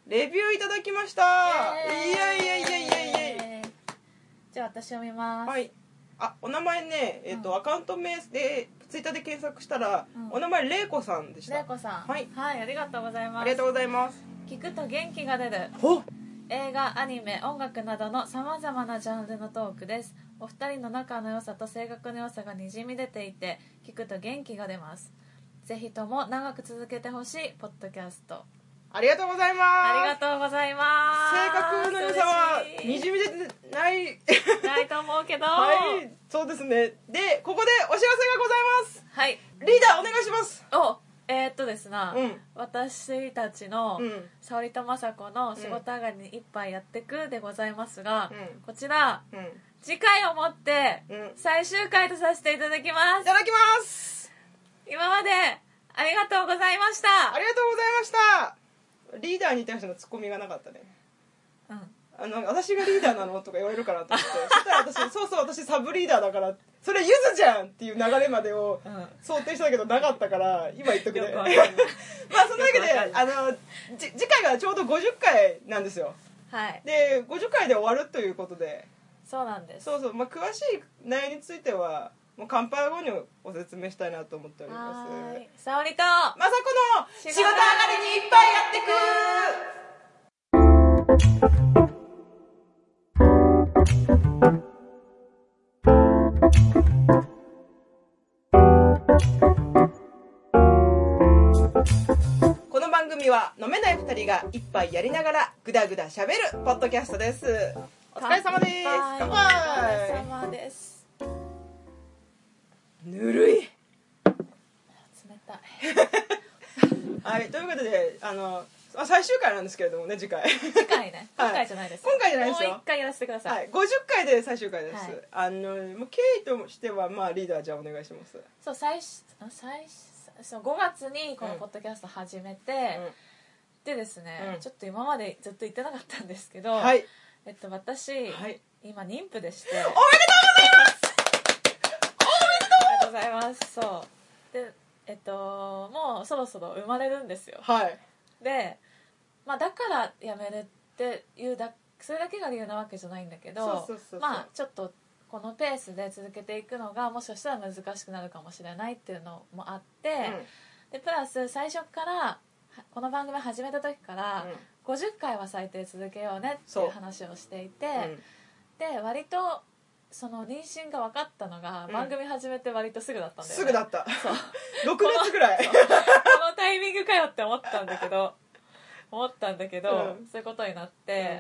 レビューいただきました。いやいやいやいやいや。 じゃあ私読みます。 はい。あ、お名前ね、アカウント名でツイッターで検索したら、お名前れいこさんでした。 れいこさん。 はい、 はい、ありがとうございます。 ありがとうございます。 聞くと元気が出る。映画、アニメ、音楽などのさまざまなジャンルのトークです。お二人の仲の良さと性格の良さがにじみ出ていて、聞くと元気が出ます。ぜひとも長く続けてほしいポッドキャスト。 ありがとうございます。 ありがとうございます。 性格の良さはにじみ出てないないと思うけど、 はい、そうですね。で、ここでお知らせがございます。 はい、 リーダーお願いします。 ですな、私たちの沙織と雅子の仕事上がりに一杯やってくでございますが、こちら、次回をもって最終回とさせていただきます。 いただきます。 今までありがとうございました。 ありがとうございました。リーダーに対してのツッコミがなかったね。私がリーダーなのとか言われるかなと思ってそしたら私サブリーダーだからそれゆずじゃんっていう流れまでを想定したけどなかったから今言っとくねまあそんなわけで次回がちょうど50回なんですよ。 はいで50回で終わるということでそうなんです。 まあ、詳しい内容についてはもう乾杯後にご説明したいなと思っております。 はい、沙織と雅子の仕事上がりにいっぱいやってく。この番組は飲めない2人が一杯やりながらグダグダしゃべるポッドキャストです。お疲れ様です。乾杯。 お疲れ様です。 ぬるい。 冷たいはい、ということで最終回なんですけれどもね、次回ね今回じゃないです、 今回じゃないですよ。 もう一回やらせてください、 はい、50回で最終回です、 はい、 もう経緯としては、まあ、リーダーじゃあお願いします。 そう5月にこのポッドキャスト始めて、でですね、ちょっと今までずっと言ってなかったんですけど、 はい、 私、今妊婦でして。 おめでとうございます。 ありがとうございます。そうでもうそろそろ生まれるんですよ。 はいで、まあ、だからやめるっていうそれだけが理由なわけじゃないんだけど、まあちょっとこのペースで続けていくのがもしかしたら難しくなるかもしれないっていうのもあって、でプラス最初からこの番組始めた時から、50回は最低続けようねっていう話をしていて、で割とその妊娠が分かったのが、番組始めて割とすぐだったんだよね。 すぐだった。 そう 6月ぐらいこのタイミングかよって思ったんだけどそういうことになって、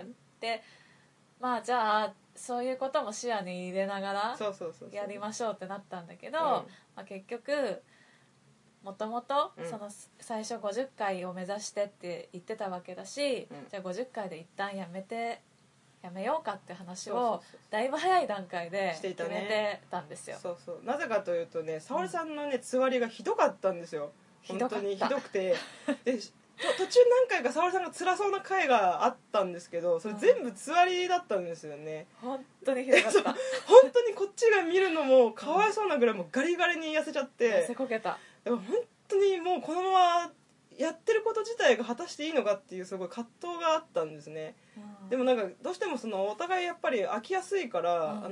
でまあじゃあそういうことも視野に入れながらやりましょうってなったんだけど、まあ、結局もともとその最初50回を目指してって言ってたわけだし、じゃあ50回で一旦やめようかって話をだいぶ早い段階で決めてたんですよ。 なぜかというとね、沙織さんのねつわりがひどかったんですよ。本当にひどくてで途中何回か沙織さんが辛そうな回があったんですけど、それ全部つわりだったんですよね。 本当にひどかった本当にこっちが見るのもかわいそうなぐらいもうガリガリに痩せちゃって、 痩せこけた。 でも本当にもうこのままやってること自体が果たしていいのかっていうすごい葛藤があったんですね。でもなんかどうしてもお互いやっぱり飽きやすいから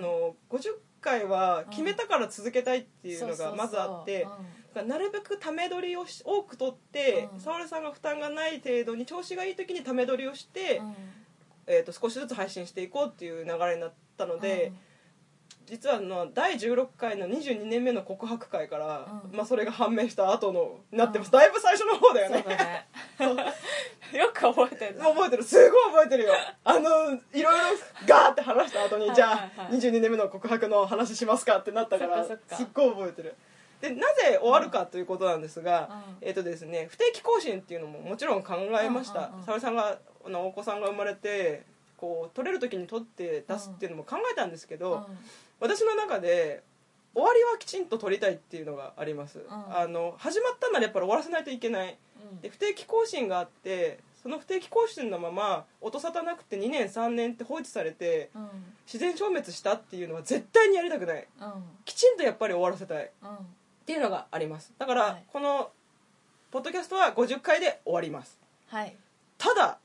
、50回は決めたから続けたいっていうのがまずあって、なるべくため撮りを多く撮って、沙織さんが負担がない程度に調子がいい時にため撮りをして、少しずつ配信していこうっていう流れになったので、実は第16回の22年目の告白会から、まあ、それが判明した後のなってます、だいぶ最初の方だよね。 そうだねよく覚えてる。 覚えてる、すごい覚えてるよ。いろいろガーって話した後にじゃあ22年目の告白の話しますかってなったからすっごい覚えてる。でなぜ終わるかということなんですが、ですね、不定期更新っていうのももちろん考えました。沙織さんがお子さんが生まれてこう撮れる時に撮って出すっていうのも考えたんですけど、私の中で終わりはきちんと撮りたいっていうのがあります。始まったならやっぱり終わらせないといけない。で不定期更新があって、その不定期更新のまま音沙汰なくて2年3年って放置されて、自然消滅したっていうのは絶対にやりたくない、きちんとやっぱり終わらせたい、っていうのがあります。だから、このポッドキャストは50回で終わります。ただ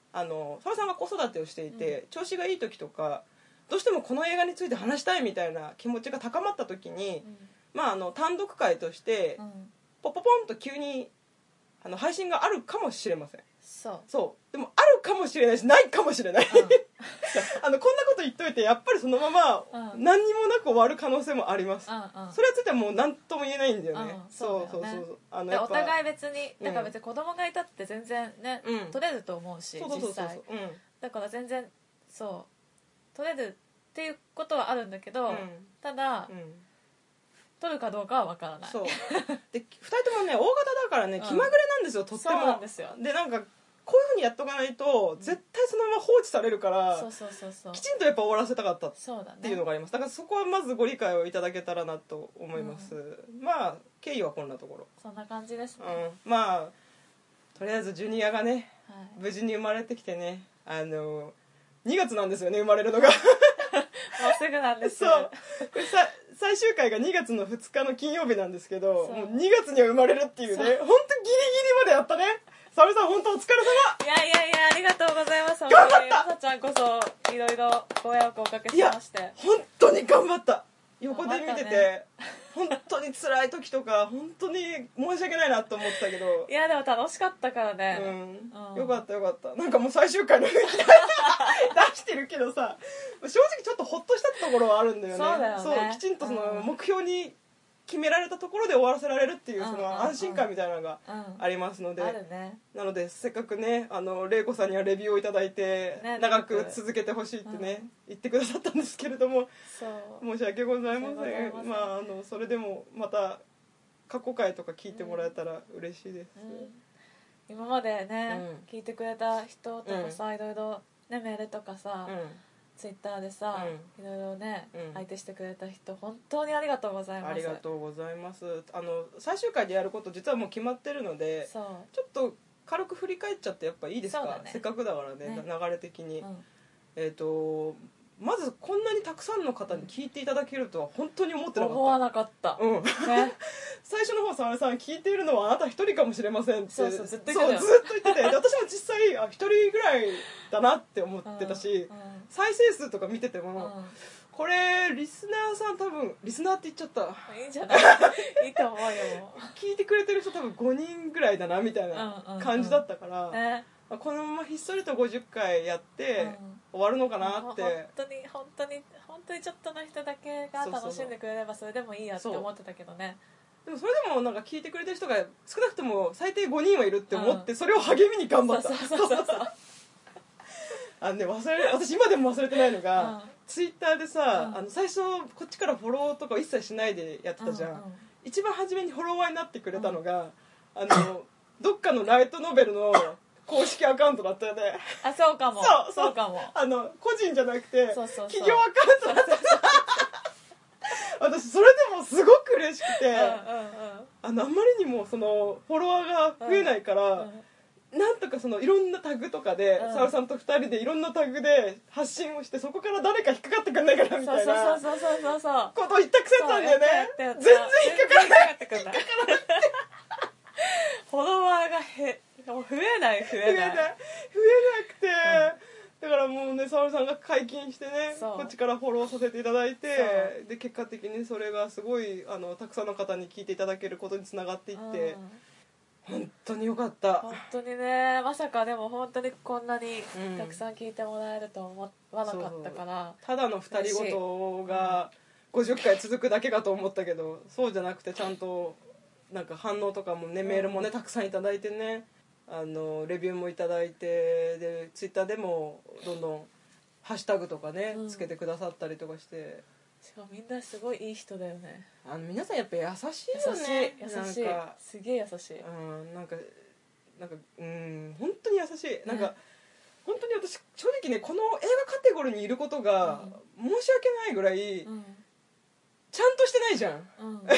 沙織さんが子育てをしていて、調子がいい時とかどうしてもこの映画について話したいみたいな気持ちが高まった時に、単独会としてポポポンと急に配信があるかもしれません。そうでもあるかもしれないしないかもしれない、こんなこと言っといてやっぱりそのまま何にもなく終わる可能性もあります、それはついてはもう何とも言えないんだよね、そうお互い別にだから別に子供がいたって全然ね、取れると思うし、実際だから全然そう取れるっていうことはあるんだけど、ただ、取るかどうかは分からない。そうで2人ともね大型だからね気まぐれなんですよ、とっても。 そうなんですよ。 でなんかこういう風にやっとかないと絶対そのまま放置されるから、きちんとやっぱ終わらせたかったっていうのがあります。だからそこはまずご理解をいただけたらなと思います、経緯はこんなところ。 そんな感じですね、 とりあえずジュニアがね、無事に生まれてきてね、2月なんですよね、生まれるのがもうすぐなんですよ。 そう最終回が2月の2日の金曜日なんですけど、もう2月には生まれるっていうね、本当ギリギリまでやったね。沙織さん本当お疲れ様。 いやありがとうございます。 頑張った。 さちゃんこそいろいろご迷惑をおかけしまして。 本当に頑張った。横で見てて、本当に辛い時とか本当に申し訳ないなと思ったけど、 いやでも楽しかったからね、 よかったなんかもう最終回の雰囲気出してるけどさ、正直ちょっとホッとしたところはあるんだよね。 そうだよね。 そうきちんとその目標に決められたところで終わらせられるっていうその安心感みたいなのがありますので、なのでせっかくね玲子さんにはレビューをいただいて、長く続けてほしいってね、言ってくださったんですけれども、申し訳ございません。それでもまた過去回とか聞いてもらえたら嬉しいです、 今までね、聞いてくれた人とかさ、いろいろねメールとかさ、ツイッターでさ、いろいろね、相手してくれた人本当にありがとうございます。 ありがとうございます。最終回でやること実はもう決まってるので、ちょっと軽く振り返っちゃってやっぱいいですか、せっかくだからね、流れ的に、まずこんなにたくさんの方に聞いていただけるとは本当に思ってなかった。 思わなかった、 最初の方沙織さん聞いているのはあなた一人かもしれませんってずっと言ってて、私も実際一人ぐらいだなって思ってたし、再生数とか見てても、これリスナーさん多分リスナーって言っちゃった、 いいんじゃないいいと思うよ。 聞いてくれてる人多分5人ぐらいだなみたいな感じだったから、このままひっそりと50回やって終わるのかなって、 本当にちょっとの人だけが楽しんでくれればそれでもいいやって思ってたけどね。 でもそれでもなんか聞いてくれてる人が少なくとも最低5人はいるって思って、それを励みに頑張った。私今でも忘れてないのが、ツイッターでさ、最初こっちからフォローとか一切しないでやってたじゃん、一番初めにフォロワーになってくれたのが、どっかのライトノベルの公式アカウントだったよね。 そうかも。そうかも。 個人じゃなくて企業アカウントだった。私それでもすごく嬉しくて、あまりにもそのフォロワーが増えないから、なんとかそのいろんなタグとかで沙織さんと2人でいろんなタグで発信をして、そこから誰か引っかかってくんないかなみたいなことを言ったくせなんだよね。全然引っかからない。 フォロワーが増えなくて、 だからもうね沙織さんが解禁してね、こっちからフォローさせていただいて、で結果的にそれがすごいたくさんの方に聞いていただけることにつながっていって、本当によかった。 本当にね、まさかでも本当にこんなにたくさん聞いてもらえると思わなかったから、 ただの二人ごとが50回続くだけかと思ったけど、そうじゃなくてちゃんとなんか反応とかもね、メールもねたくさんいただいてね、レビューもいただいて、でツイッターでもどんどんハッシュタグとかね、つけてくださったりとかして、 しかもみんなすごいいい人だよね。 皆さんやっぱ優しいよね。 優しいすげえ優しい。 なんか本当に優しい。なんか本当に私正直ね、この映画カテゴリーにいることが申し訳ないぐらい、ちゃんとしてないじゃん、全然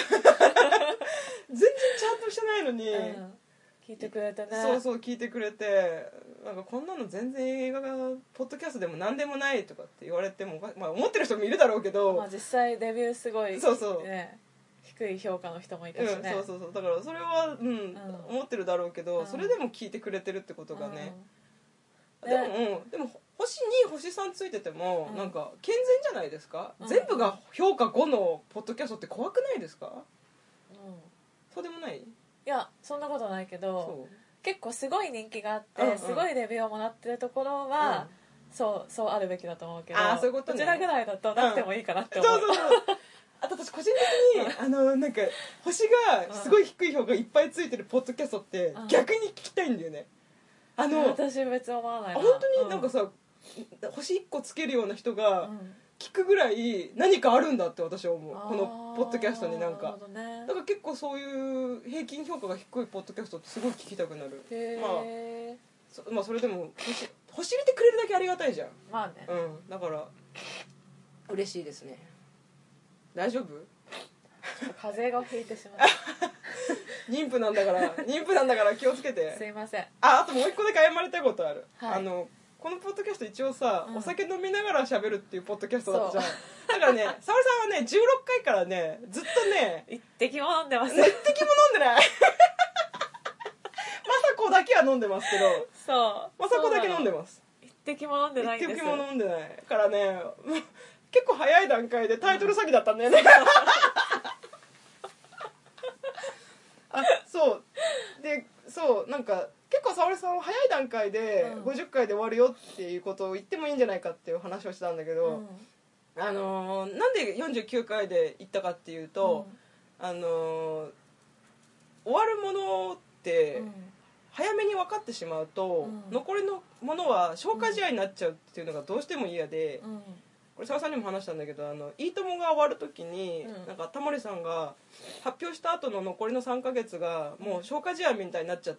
ちゃんとしてないのに、 聞いてくれてね。 そう聞いてくれて、なんかこんなの全然映画がポッドキャストでも何でもないとかって言われても、思ってる人もいるだろうけど、 実際デビューすごい、低い評価の人もいたしね、 だからそれは思ってるだろうけど、それでも聞いてくれてるってことがね、でもでも星2星3ついてても、なんか健全じゃないですか、全部が評価5のポッドキャストって怖くないですか？そうでもない？ いやそんなことないけど、結構すごい人気があって、すごいレビューをもらってるところは、そうあるべきだと思うけど、 そういうことね、 こちらぐらいだとなくてもいいかなって思う。 あと私個人的になんか星がすごい低い評価がいっぱいついてるポッドキャストって逆に聞きたいんだよね。 私別に思わないな。 本当になんかさ、星1個つけるような人が聞くぐらい何かあるんだって私は思う、このポッドキャストに。なんかだから結構そういう平均評価が低いポッドキャストってすごい聞きたくなる。まあそれでも星入れてくれるだけありがたいじゃん。 まあね、 だから嬉しいですね。大丈夫？ 風邪がひいてしまう。 妊婦なんだから気をつけて。 すいません。 あともう一個だけ謝りたいことある、このポッドキャスト一応さ、お酒飲みながら喋るっていうポッドキャストだったじゃん。だからね、沙織さんはね16回からねずっとね一滴も飲んでます。 一滴も飲んでない。雅子だけは飲んでますけど、雅子だけ飲んでます。 一滴も飲んでないんです。 一滴も飲んでないからね、結構早い段階でタイトル詐欺だったんだよね。そうなんか結構沙織さんは早い段階で50回で終わるよっていうことを言ってもいいんじゃないかっていう話をしてたんだけど、なんで49回で言ったかっていうと、終わるものって早めに分かってしまうと、残りのものは消化試合になっちゃうっていうのがどうしても嫌で、これ沙織さんにも話したんだけど、いいともが終わる時に、なんかタモリさんが発表した後の残りの3ヶ月がもう消化試合みたいになっちゃって、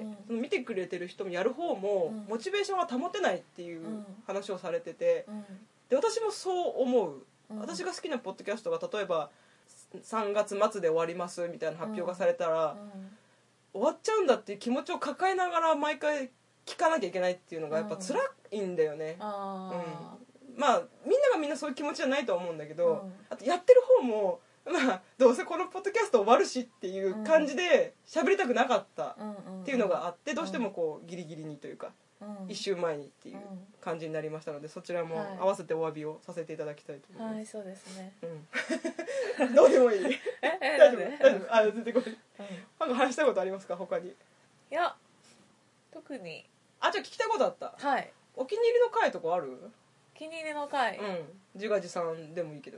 その見てくれてる人もやる方もモチベーションが保てないっていう話をされてて、で私もそう思う。私が好きなポッドキャストが例えば3月末で終わりますみたいな発表がされたら、終わっちゃうんだっていう気持ちを抱えながら毎回聞かなきゃいけないっていうのがやっぱ辛いんだよね。まあみんながみんなそういう気持ちじゃないとは思うんだけど、あとやってる方もまあどうせこのポッドキャスト終わるしっていう感じで喋りたくなかったっていうのがあって、どうしてもこうギリギリにというか1週前にっていう感じになりましたので、そちらも合わせてお詫びをさせていただきたいと思います。 はい、そうですね。 どうでもいい。大丈夫？出てこい。なんか話したいことありますか他に？ いや特に。 じゃあ聞きたいことあった。 はい。 お気に入りの回とかある？ お気に入りの回。 自画自賛でもいいけど。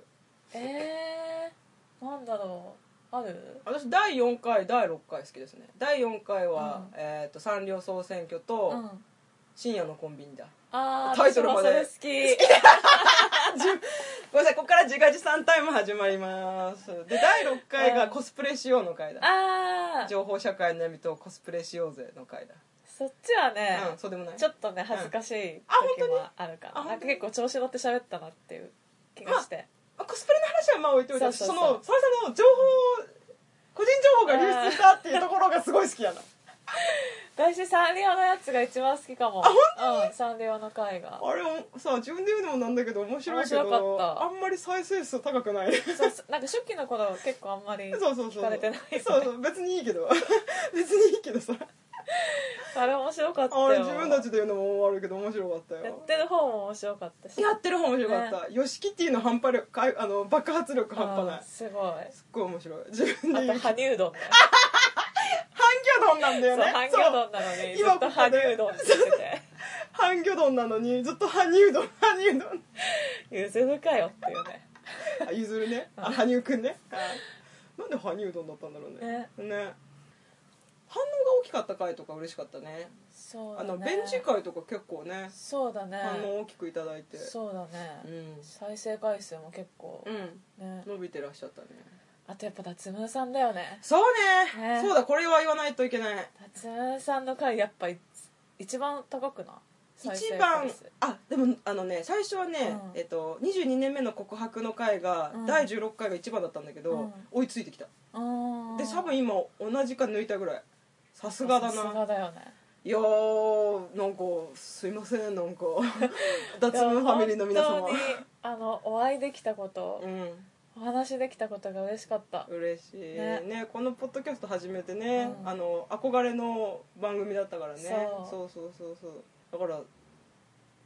なんだろう、ある？ 私第4回第6回好きですね。第4回は、サンリオ総選挙と、深夜のコンビニだ。タイトルまで好き。 ごめんなさい、ここから自画自賛タイム始まります。で第6回がコスプレしようの回だ。情報社会の闇とコスプレしようぜの回だ。 そっちはね、 そうでもない。 ちょっとね恥ずかしい時もあるから、なんか結構調子乗って喋ったなっていう気がして、 コスプレの話はまあ置いといて、その沙織さんの情報、個人情報が流出したっていうところがすごい好きやな。 私サンリオのやつが一番好きかも。 本当に？ サンリオの回があれさ、自分で言うのもなんだけど面白いけど、あんまり再生数高くない。 なんか初期の頃結構あんまり聞かれてない。 別にいいけどさ、 あれ面白かったよ。 自分たちで言うのもあるけど面白かったよ。 やってる方も面白かったし、 やってる方も面白かった。ヨシキティの半端力、爆発力半端ない。 すごい面白い。自分で言う。 あと羽生丼ね。 半魚丼なんだよね。 半魚丼なのにずっと羽生丼って言ってて、 半魚丼なのにずっと羽生丼ゆずるかよっていうね。 ゆずるね、羽生くんね。なんで羽生丼だったんだろうね。反応が大きかった回とか嬉しかったね。 そうだね。 ベンチ回とか結構ね、 そうだね、 反応大きくいただいて。 そうだね、再生回数も結構、 伸びてらっしゃったね。 あとやっぱ脱毛さんだよね。 そうね、そうだ、これは言わないといけない。 脱毛さんの回やっぱ一番高くな一番、でも最初はね、22年目の告白の回が、第16回が一番だったんだけど、追いついてきた。で多分今同じか抜いたぐらい。さすがだな。 さすがだよね。 いやー、なんかすいません、なんか脱毛ファミリーの皆様、 本当にお会いできたこと、お話できたことが嬉しかった。 嬉しいね。このポッドキャスト始めてね、憧れの番組だったからね。そうだから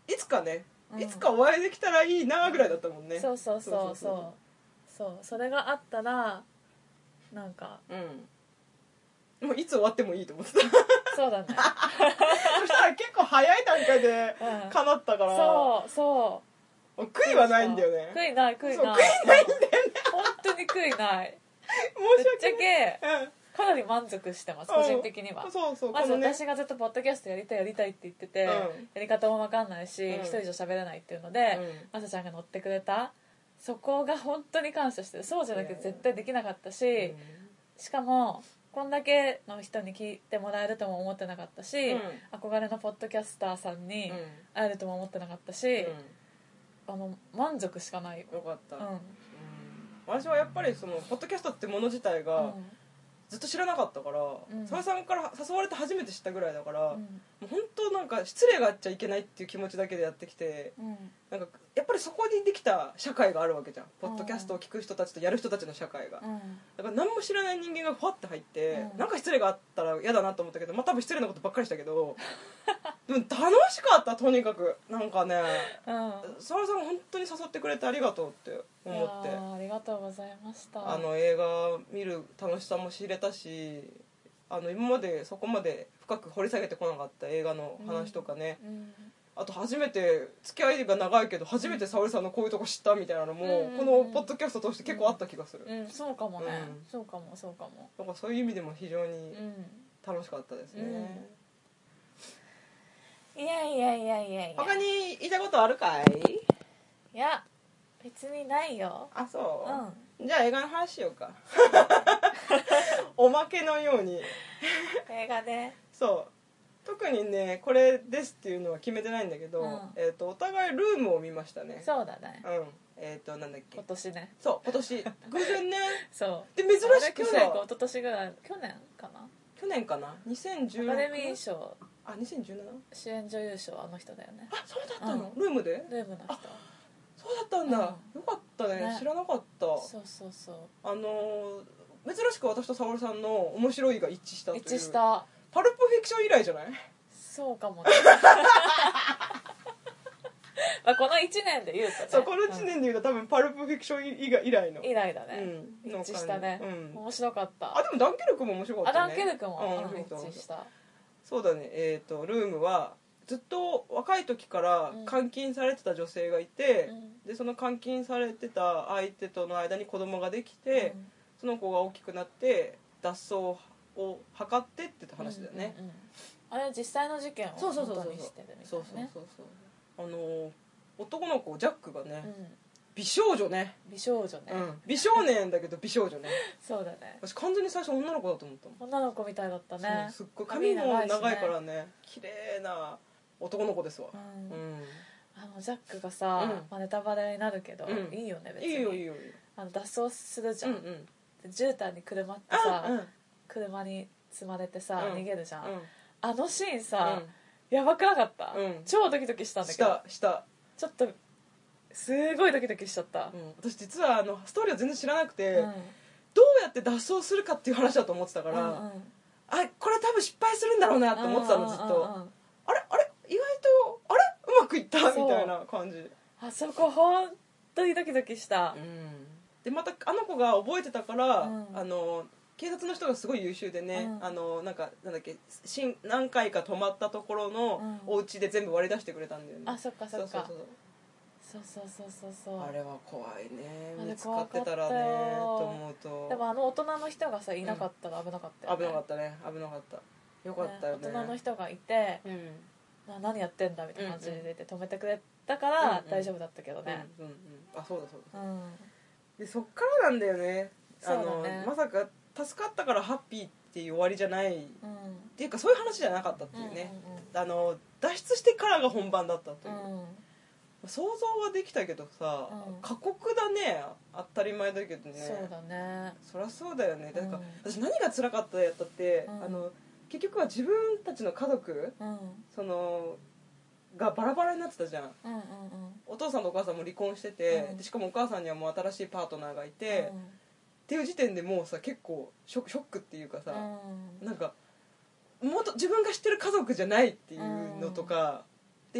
いつかね、いつかお会いできたらいいなぐらいだったもんね。 そうそうそうそう、それがあったらなんか、 もういつ終わってもいいと思ってた。 そうだね。 そしたら結構早い段階で叶ったから、そう悔いはないんだよね。 悔いないんだよね。本当に悔いない。申し訳ない。かなり満足してます、個人的には。まず私がずっとポッドキャストやりたいって言ってて、やり方も分かんないし、一人じゃ喋れないっていうので、まさちゃんが乗ってくれた、そこが本当に感謝してる。そうじゃなくて絶対できなかったし、しかもこんだけの人に聞いてもらえるとも思ってなかったし、憧れのポッドキャスターさんに会えるとも思ってなかったし、満足しかない。 よかった。私はやっぱりそのポッドキャストってもの自体がずっと知らなかったから、澤井さんから誘われて初めて知ったぐらいだから、もう本当なんか失礼があっちゃいけないっていう気持ちだけでやってきて、なんかやっぱりそこにできた社会があるわけじゃん、ポッドキャストを聞く人たちとやる人たちの社会が、だから何も知らない人間がファッて入って、なんか失礼があったら嫌だなと思ったけど、まあ多分失礼なことばっかりしたけどでも楽しかった。とにかくなんかね、澤井さん本当に誘ってくれてありがとうって思って。 ありがとうございました。 映画見る楽しさも知れたし、今までそこまで深く掘り下げてこなかった映画の話とかね、あと初めて付き合いが長いけど初めて沙織さんのこういうとこ知ったみたいなのも、このポッドキャスト通して結構あった気がする。 そうかもね、そうかもだからそういう意味でも非常に楽しかったですね。 いや他に言いたいことあるかい？ いや別にないよ。 あ、そう、じゃあ映画の話しようか。おまけのように映画ね。 そう特にねこれですっていうのは決めてないんだけど、お互いルームを見ましたね。 そうだね。 なんだっけ、 今年ね。 そう今年偶然ね。 そうで珍しくさ、 去年か一昨年ぐらい、去年かな 2016 アカデミー賞、 2017 主演女優賞あの人だよね。 あ、そうだったの、ルームでルームの人。 そうだったんだ、よかったね、知らなかった。 そう珍しく私と沙織さんの面白いが一致したという。 一致した。 パルプフィクション以来じゃない？ そうかもね。まあこの1年で言うとね、 そうこの1年で言うと多分パルプフィクション以来の以来だね、一致したね、面白かった。 あ、でもダンケルクも面白かったね。 ダンケルクも一致した。 そうだね。ルームはずっと若い時から監禁されてた女性がいて、でその監禁されてた相手との間に子供ができて、その子が大きくなって脱走を図ってって話だよね。 あれ実際の事件を元にしてるみたいなね。 男の子ジャックがね、美少女ね、 美少女ね、 美少年だけど美少女ね。 そうだね。 私完全に最初女の子だと思ったもん。 女の子みたいだったね。 すっごい髪も長いからね、綺麗な男の子ですわ。 ジャックがさ、ネタバレになるけどいいよね別に。 いいよ脱走するじゃん。絨毯に車ってさ、車に積まれてさ逃げるじゃん。あのシーンさ、やばくなかった？超ドキドキしたんだけど。したちょっとすごいドキドキしちゃった。 私実はストーリーを全然知らなくて、どうやって脱走するかっていう話だと思ってたから、これ多分失敗するんだろうなって思ってたのずっと。あれ意外とうまくいったみたいな感じ。 あそこ本当にドキドキした。 でまたあの子が覚えてたから、警察の人がすごい優秀でね、なんだっけ、何回か泊まったところのお家で全部割り出してくれたんだよね。 あ、そっかそうあれは怖いね、見つかってたらねと思うと。 でも大人の人がさいなかったら危なかったよね。 危なかったよかったよね。 大人の人がいて、何やってんだみたいな感じで止めてくれたから大丈夫だったけどね。 あ、そうだでそっからなんだよね。まさか助かったからハッピーっていう終わりじゃない、っていうかそういう話じゃなかったっていうね。脱出してからが本番だったという、想像はできたけどさ、過酷だね。当たり前だけどね。 そうだね。 そりゃそうだよね。だから私何が辛かったやったって、結局は自分たちの家族、がバラバラになってたじゃん。お父さんとお母さんも離婚してて、でしかもお母さんにはもう新しいパートナーがいて、っていう時点でもうさ結構ショックっていうかさ、なんかもっと自分が知ってる家族じゃないっていうのとかで、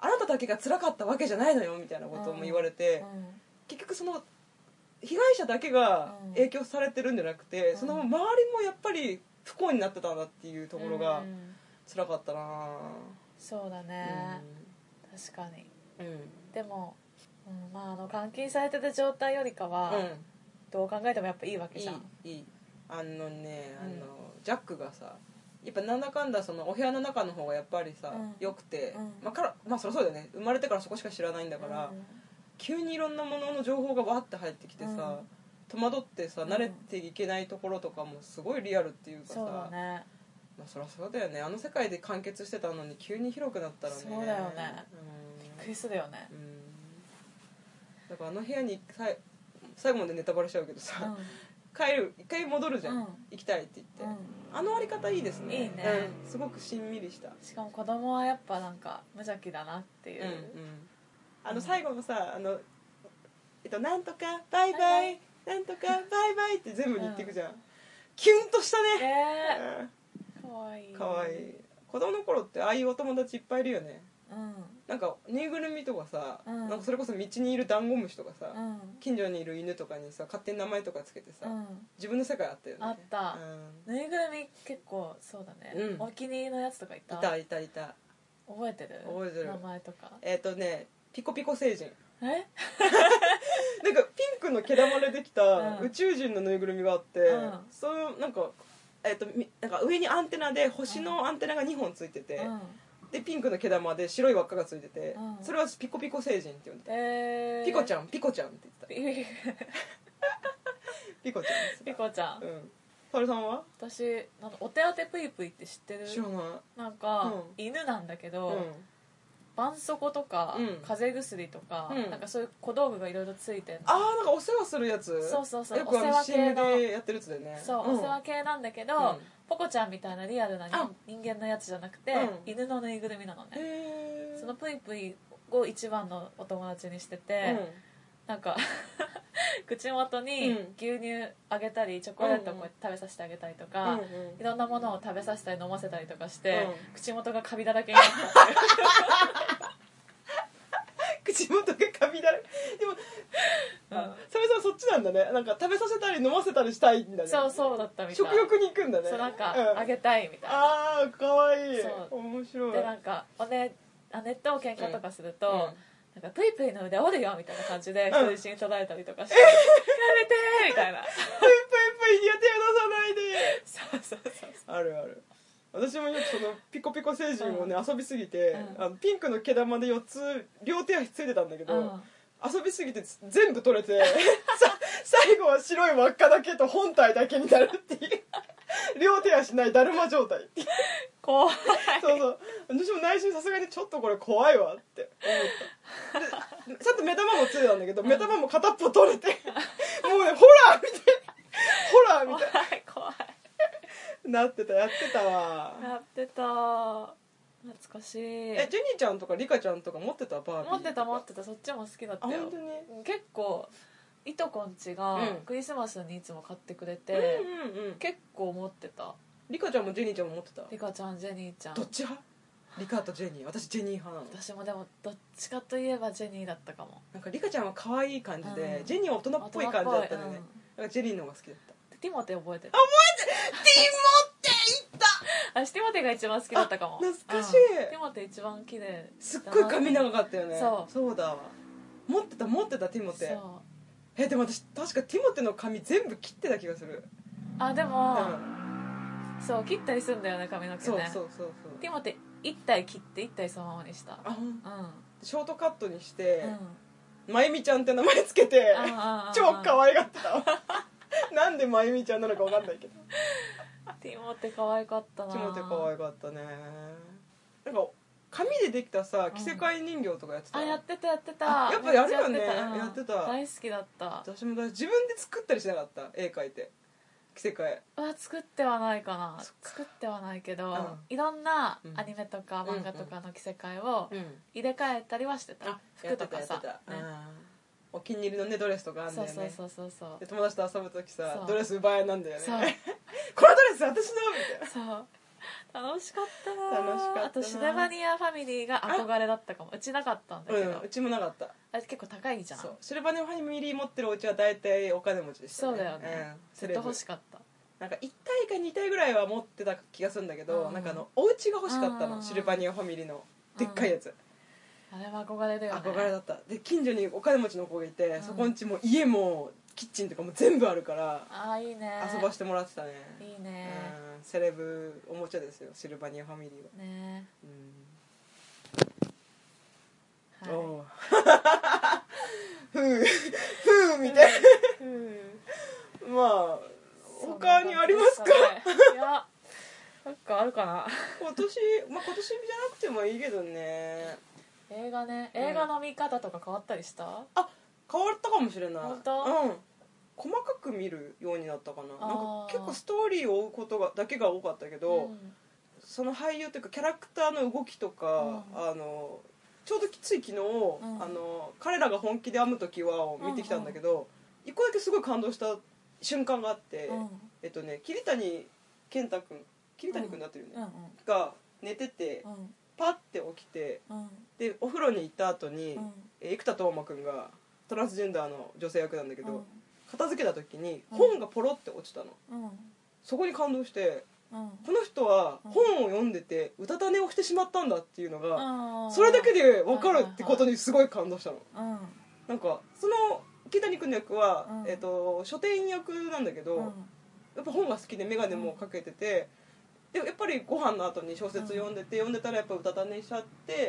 あなただけが辛かったわけじゃないのよみたいなことも言われて、結局その被害者だけが影響されてるんじゃなくて、その周りもやっぱり不幸になってたんだっていうところが辛かったな。 そうだね、確かに、でも、まあ監禁されてた状態よりかは、どう考えてもやっぱいいわけじゃん。 いいジャックがさ、やっぱなんだかんだそのお部屋の中の方がやっぱりさ、良くて、まあそりゃそうだよね、生まれてからそこしか知らないんだから、急にいろんなものの情報がわって入ってきてさ、戸惑ってさ、慣れていけないところとかもすごいリアルっていうかさ、 そうだね、 まあそりゃそうだよね、あの世界で完結してたのに急に広くなったらね。 そうだよね、びっくりするよね。 だからあの部屋に最後までネタバレしちゃうけどさ、一回戻るじゃん、行きたいって言って、あのあり方いいですね。 いいね、 すごくしんみりした。 しかも子供はやっぱなんか無邪気だなっていう、 最後のさ、なんとかバイバイ、なんとかバイバイって全部に言っていくじゃん、キュンとしたね。 かわいい、 かわいい。子供の頃ってああいうお友達いっぱいいるよね。なんかぬいぐるみとかさ、なんかそれこそ道にいるダンゴムシとかさ、近所にいる犬とかにさ勝手に名前とかつけてさ、自分の世界あったよね。 あった、ぬいぐるみ結構そうだね、お気に入りのやつとかいた。 いた覚えてる名前とか。 ピコピコ星人。 なんかピンクの毛玉でできた宇宙人のぬいぐるみがあって、そういうなんか上にアンテナで星のアンテナが2本ついてて、でピンクの毛玉で白い輪っかがついてて、それはピコピコ星人って呼んでた。ピコちゃんって言ってた。ピコちゃん。 ピコちゃん。 ハルさんは？ 私お手当てぷいぷいって知ってる？ 知らない。 なんか犬なんだけど、絆創膏とか風邪薬とか、なんかそういう小道具がいろいろついてる。 なんかお世話するやつ。 そうよくCMでやってるやつだよね。 そう、お世話系なんだけど、ポコちゃんみたいなリアルな人間のやつじゃなくて、犬のぬいぐるみなのね。そのぷいぷいを一番のお友達にしてて、なんか口元に牛乳あげたりチョコレートをこうやって食べさせてあげたりとか、いろんなものを食べさせたり飲ませたりとかして、口元がカビだらけになったっていう口元がカビだらけ。でもサメさんそっちなんだね。なんか食べさせたり飲ませたりしたいんだね。 そうだったみたい。 食欲に行くんだね。 そう、なんかあげたいみたいな。 かわいい。面白い。 でなんか姉と喧嘩とかすると、なんかプイプイの腕折るよみたいな感じで人質に捉えたりとかして、やめてーみたいな。プイプイには手を出さないで。 そうあるある。私もよくそのピコピコ星人をね、遊びすぎて、ピンクの毛玉で4つ両手足ついてたんだけど、遊びすぎて全部取れて最後は白い輪っかだけと本体だけになるっていう両手足ないだるま状態っていう。 怖い。 そう私も内心さすがにちょっとこれ怖いわって思った。ちゃんと目玉もついてたんだけど、目玉も片っぽ取れてもうねホラーみたいな怖いなってた。やってたわ。 やってた。懐かしい。 ジェニーちゃんとかリカちゃんとか持ってた？バービー持ってた。そっちも好きだったよ。 本当に？ 結構いとこんちがクリスマスにいつも買ってくれて、結構持ってた。 リカちゃんもジェニーちゃんも持ってた？ リカちゃんジェニーちゃん。 どっち派？リカとジェニー。私ジェニー派なの。 私もでもどっちかといえばジェニーだったかも。 なんかリカちゃんは可愛い感じで、ジェニーは大人っぽい感じだったのね。なんかジェニーの方が好きだった。 ティモテ覚えてる？ ティモテいった。 私ティモテが一番好きだったかも。 懐かしい。 ティモテ一番綺麗。 すっごい髪長かったよね。 そうだわ。持ってたティモテ。でも私確かティモテの髪全部切ってた気がする。 でも、そう切ったりするんだよね、髪の毛ね。 そうティモテ1体切って1体そのままにした。 ショートカットにして、まゆみちゃんって名前つけて超可愛がってたわ。なんでまゆみちゃんなのか分かんないけど。 ティモテ可愛かったな。 ティモテ可愛かったね。なんか紙でできたさ着せ替え人形とかやってた？ やってた。 やっぱやるよね。やってた。 大好きだった。 私も自分で作ったりしなかった？絵描いて着せ替え作ってはないかな。作ってはないけど、いろんなアニメとか漫画とかの着せ替えを入れ替えたりはしてた。服とかさ、 お気に入りのねドレスとかあるんだよね。 そうで友達と遊ぶ時さドレス奪いなんだよね。このドレス私のみたいな。 楽しかったな。 楽しかったな。 あとシルバニアファミリーが憧れだったかも。うちなかったんだけど、 うちもなかった。 あれ結構高いじゃん。 そう、シルバニアファミリー持ってるお家は大体お金持ちでしたね。 そうだよね、ずっと欲しかった。 なんか1体か2体ぐらいは持ってた気がするんだけど、なんかお家が欲しかったの、シルバニアファミリーのでっかいやつ。 あれは憧れだよね。 憧れだった。で近所にお金持ちの子がいて、そこんちも家もキッチンとかも全部あるから、 いいね、 遊ばしてもらってたね。 いいね、 セレブおもちゃですよ、シルバニアファミリーはね。 おふうふうみたいな。まあ他にありますか？ いや、なんかあるかな。 今年じゃなくてもいいけどね。 映画ね、映画の見方とか変わったりした？ 変わったかもしれない。 本当？ 細かく見るようになったかな。なんか結構ストーリーを追うことだけが多かったけど、その俳優というかキャラクターの動きとか、ちょうどつい昨日、彼らが本気で編む時はを見てきたんだけど、一個だけすごい感動した瞬間があって、桐谷健太君、桐谷君になってるよね、が寝てて、パッて起きて、でお風呂に行った後に、生田斗真君がトランスジェンダーの女性役なんだけど、片付けた時に本がポロって落ちたの、そこに感動して、この人は本を読んでてうたた寝をしてしまったんだっていうのが、それだけで分かるってことにすごい感動したの。なんかその桐谷君の役は、書店役なんだけど、やっぱ本が好きで眼鏡もかけてて、でやっぱりご飯の後に小説読んでたらやっぱうたた寝しちゃって、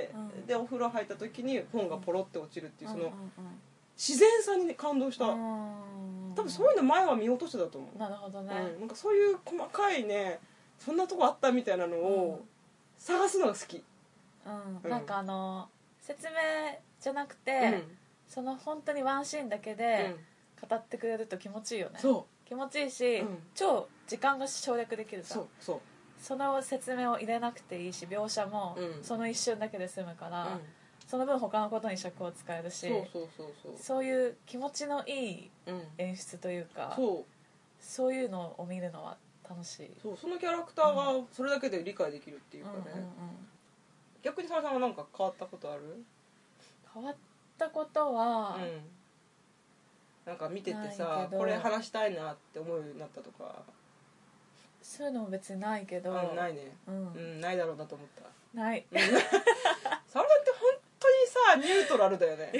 でお風呂入った時に本がポロって落ちるっていう、その自然さに、ね、感動した。多分そういうの前は見落としてたと思う。 なるほどね、 なんかそういう細かいね、そんなとこあったみたいなのを探すのが好き。 なんか説明じゃなくて、その本当にワンシーンだけで語ってくれると気持ちいいよね。気持ちいいし、超時間が省略できるさ。その説明を入れなくていいし、描写もその一瞬だけで済むから、その分他のことに尺を使えるし、そういう気持ちのいい演出というか、そういうのを見るのは楽しい。 そのキャラクターがそれだけで理解できるっていうかね。逆に澤さんは何か変わったことある？ 変わったことは、 なんか見ててさ、これ話したいなって思うようになったとか。 そういうのも別にないけど、 ないね、ないだろうなと思った。 ない。 澤さんって本当にさニュートラルだよね。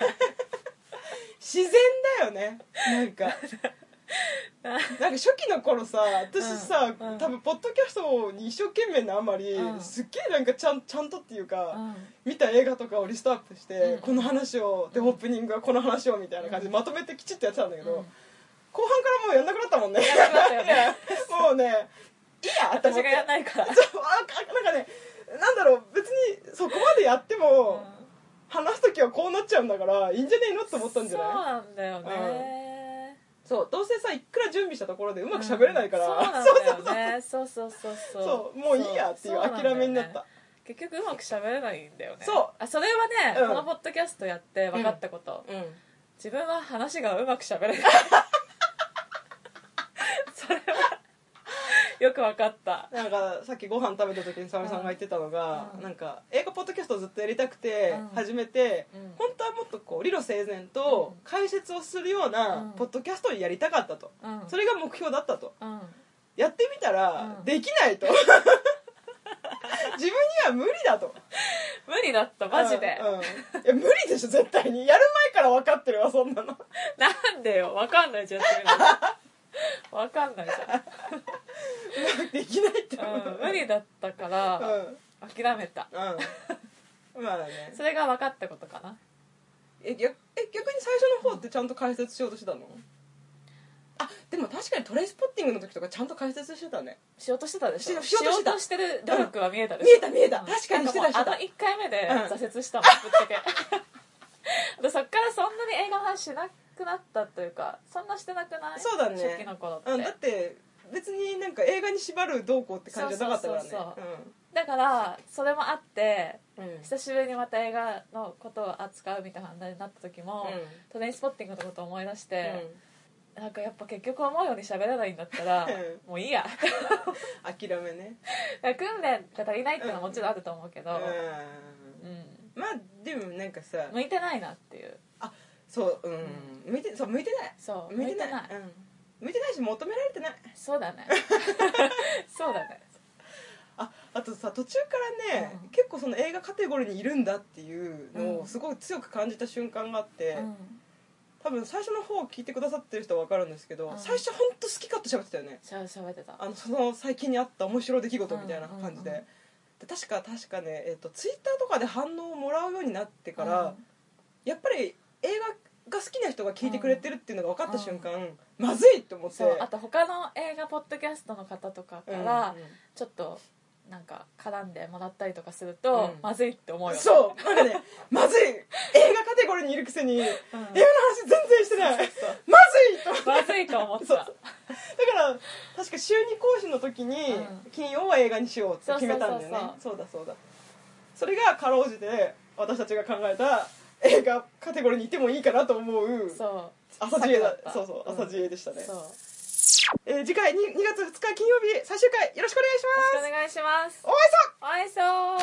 自然だよね。なんか初期の頃さ、私さ、多分ポッドキャストに一生懸命なあまり、すっげえなんかちゃんとっていうか、見た映画とかをリストアップして、この話をでオープニングはこの話をみたいな感じでまとめてきちっとやってたんだけど、後半からもうやんなくなったもんね。もうね、いいやって思って。 私がやんないから。 なんかね、なんだろう、別にそこまでやっても、話すときはこうなっちゃうんだからいいんじゃねえのって思ったんじゃない？ そうなんだよね。 そうどうせさいくら準備したところでうまく喋れないから、 そうなんだよね。そうもういいやっていう諦めになった。 結局うまく喋れないんだよね。 それはね、このポッドキャストやって分かったこと、自分は話がうまく喋れない。それはよく分かった。 なんかさっきご飯食べた時に沙織さんが言ってたのが、なんか映画ポッドキャストをずっとやりたくて始めて、本当はもっとこう理路整然と解説をするようなポッドキャストをやりたかったと、それが目標だったと、やってみたらできないと。自分には無理だと。 無理だったマジで、 いや無理でしょ絶対に。やる前から分かってるわそんなの。 なんでよ、分かんないじゃん。分かんないじゃん。 できないって、 無理だったから、諦めた。 まあね、 それが分かったことかな。 逆に最初の方ってちゃんと解説しようとしてたの？でも確かにトレインスポッティングの時とかちゃんと解説してたね。 しようとしてたでしょ。 しようとしてる努力は見えたでしょ。 見えた確かにしてた。 1回目で挫折したもん、ぶっちゃけ。そっからそんなに映画の話しなくなったというか、そんなしてなくない？ そうだね、 初期の頃って。 だって別になんか映画に縛るどうこうって感じじゃなかったからね。 だからそれもあって、久しぶりにまた映画のことを扱うみたいな話になった時も、トレインスポッティングのことを思い出して、 なんかやっぱ結局思うように喋らないんだったらもういいや諦めね。 訓練が足りないっていうのはもちろんあると思うけど、 まあでもなんかさ向いてないなっていう。 そう向いてないそう向いてない向いてないし求められてない。 そうだねそうだね。 あとさ途中からね、結構その映画カテゴリーにいるんだっていうのをすごい強く感じた瞬間があって、多分最初の方聞いてくださってる人は分かるんですけど、最初本当好き勝手喋ってたよね。 喋ってた。 その最近にあった面白い出来事みたいな感じで、確かね、ツイッターとかで反応をもらうようになってから、やっぱり映画が好きな人が聞いてくれてるっていうのが分かった瞬間、まずいと思って。 そうあと他の映画ポッドキャストの方とかからちょっとなんか絡んでもらったりとかすると、まずいって思うよね。 そうなんかねまずい、映画カテゴリーにいるくせに、映画の話全然してない。まずいと思った。だから確か週2講師の時に、金曜は映画にしようって決めたんだよね。そうだそれがかろうじて私たちが考えた映画カテゴリーにいてもいいかなと思う朝知恵だ。朝知恵でしたね。次回2月2日金曜日最終回よろしくお願いします。 よろしくお願いします。 お会いそう。